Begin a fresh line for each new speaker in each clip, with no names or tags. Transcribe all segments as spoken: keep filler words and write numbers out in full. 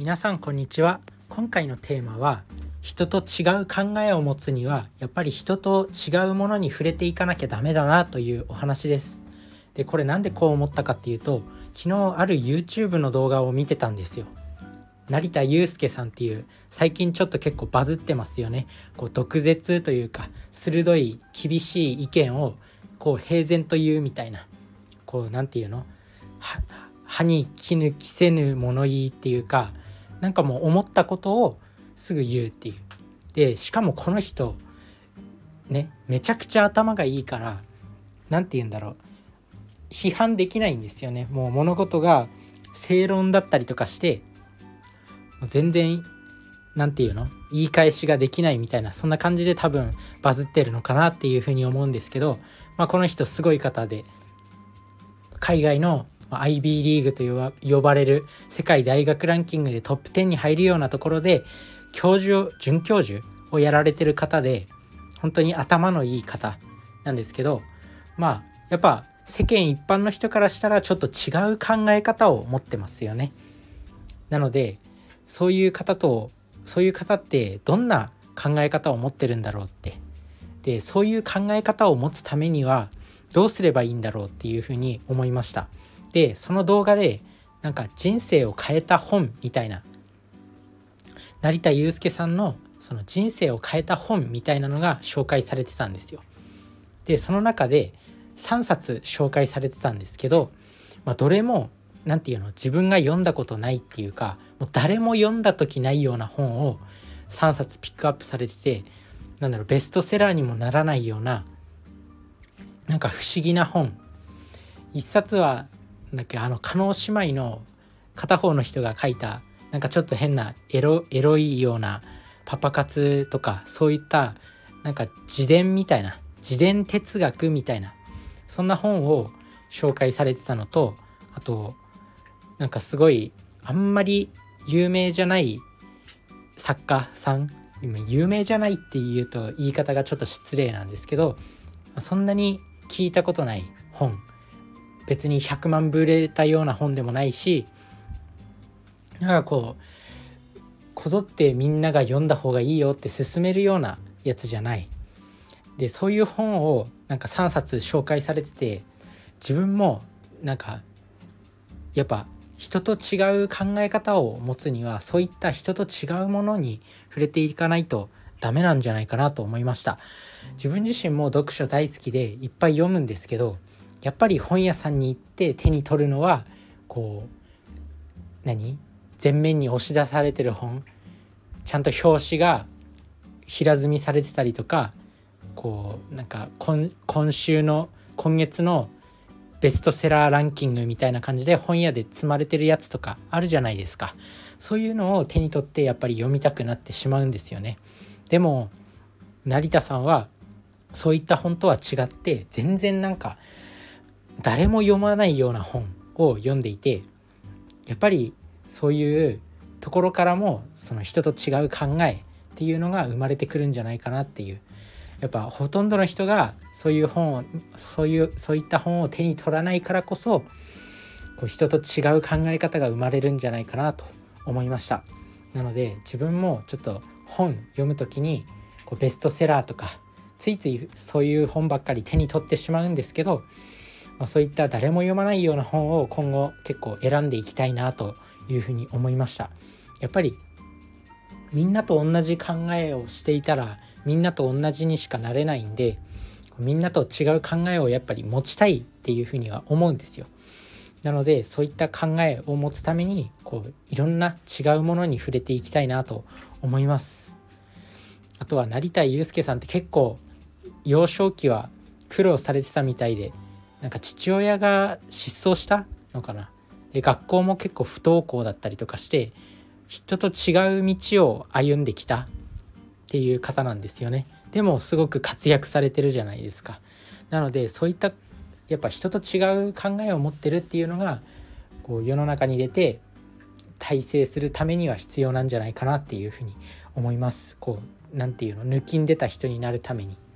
皆さんこんにちは。今回のテーマは、人と違う考えを持つにはやっぱり人と違うものに触れていかなきゃダメだなというお話です。でこれなんでこう思ったかっていうと、昨日ある YouTube の動画を見てたんですよ。成田悠輔さんっていう最近ちょっと結構バズってますよね。こう毒舌というか鋭い厳しい意見をこう平然と言うみたいな、こうなんていうのは歯に衣着せぬ物言いっていうか、なんかもう思ったことをすぐ言うっていう。でしかもこの人ね、めちゃくちゃ頭がいいから、なんて言うんだろう、批判できないんですよね。もう物事が正論だったりとかして全然なんていうの言い返しができないみたいな、そんな感じで多分バズってるのかなっていうふうに思うんですけど、まあ、この人すごい方で、海外の アイビー リーグと呼ばれる世界大学ランキングでトップじゅうに入るようなところで教授を准教授をやられてる方で、本当に頭のいい方なんですけど、まあやっぱ世間一般の人からしたらちょっと違う考え方を持ってますよね。なのでそういう方とそういう方ってどんな考え方を持ってるんだろうって、でそういう考え方を持つためにはどうすればいいんだろうっていうふうに思いました。でその動画でなんか人生を変えた本みたいな、成田悠輔さんのその人生を変えた本みたいなのが紹介されてたんですよ。でその中でさんさつ紹介されてたんですけど、まあ、どれもなんていうの、自分が読んだことないっていうか、もう誰も読んだ時ないような本をさんさつピックアップされてて、なんだろう、ベストセラーにもならないようななんか不思議な本。一冊はなんかあの叶姉妹の片方の人が書いたなんかちょっと変なエロエロいようなパパ活とか、そういったなんか自伝みたいな、自伝哲学みたいな、そんな本を紹介されてたのと、あとなんかすごいあんまり有名じゃない作家さん、今有名じゃないって言うと言い方がちょっと失礼なんですけど、そんなに聞いたことない本、別にひゃくまん部売れたような本でもないし、なんかこうこぞってみんなが読んだ方がいいよって勧めるようなやつじゃない。でそういう本をなんかさんさつ紹介されてて、自分もなんかやっぱ人と違う考え方を持つにはそういった人と違うものに触れていかないとダメなんじゃないかなと思いました。自分自身も読書大好きでいっぱい読むんですけど、やっぱり本屋さんに行って手に取るのはこう何前面に押し出されてる本、ちゃんと表紙が平積みされてたりとか、こうなんか 今, 今週の今月のベストセラーランキングみたいな感じで本屋で積まれてるやつとかあるじゃないですか。そういうのを手に取ってやっぱり読みたくなってしまうんですよね。でも成田さんはそういった本とは違って全然なんか誰も読まないような本を読んでいて、やっぱりそういうところからもその人と違う考えっていうのが生まれてくるんじゃないかなっていう。やっぱほとんどの人がそういう本をそういうそういった本を手に取らないからこそ、こう人と違う考え方が生まれるんじゃないかなと思いました。なので自分もちょっと本読むときにこうベストセラーとかついついそういう本ばっかり手に取ってしまうんですけど、まあ、そういった誰も読まないような本を今後結構選んでいきたいなというふうに思いました。やっぱりみんなと同じ考えをしていたらみんなと同じにしかなれないんで、みんなと違う考えをやっぱり持ちたいっていうふうには思うんですよ。なのでそういった考えを持つためにこういろんな違うものに触れていきたいなと思います。あとは成田悠輔さんって結構幼少期は苦労されてたみたいで、なんか父親が失踪したのかな。で学校も結構不登校だったりとかして人と違う道を歩んできたっていう方なんですよね。でもすごく活躍されてるじゃないですか。なのでそういったやっぱ人と違う考えを持ってるっていうのがこう世の中に出て大成するためには必要なんじゃないかなっていうふうに思います。こうなんていうの、抜きん出た人になるために。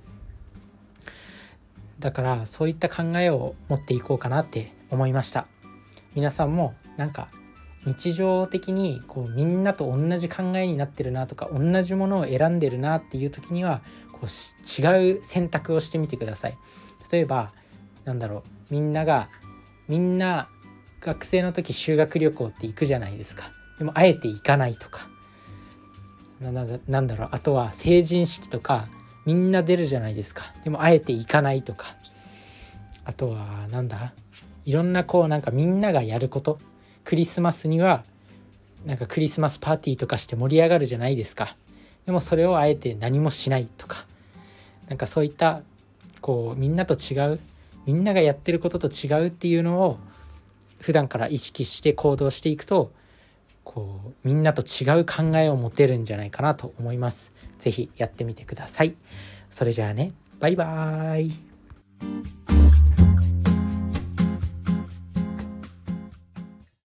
だからそういった考えを持っていこうかなって思いました。皆さんもなんか日常的にこうみんなと同じ考えになってるなとか、同じものを選んでるなっていう時にはこう違う選択をしてみてください。例えばなんだろう、みんながみんな学生の時修学旅行って行くじゃないですか。でもあえて行かないとか、な、な、なんだろう、あとは成人式とかみんな出るじゃないですか。でもあえて行かないとか、あとはなんだ、いろんなこうなんかみんながやること、クリスマスにはなんかクリスマスパーティーとかして盛り上がるじゃないですか。でもそれをあえて何もしないとか、なんかそういったこうみんなと違う、みんながやってることと違うっていうのを普段から意識して行動していくと、こうみんなと違う考えを持てるんじゃないかなと思います。ぜひやってみてください。それじゃあね、バイバーイ。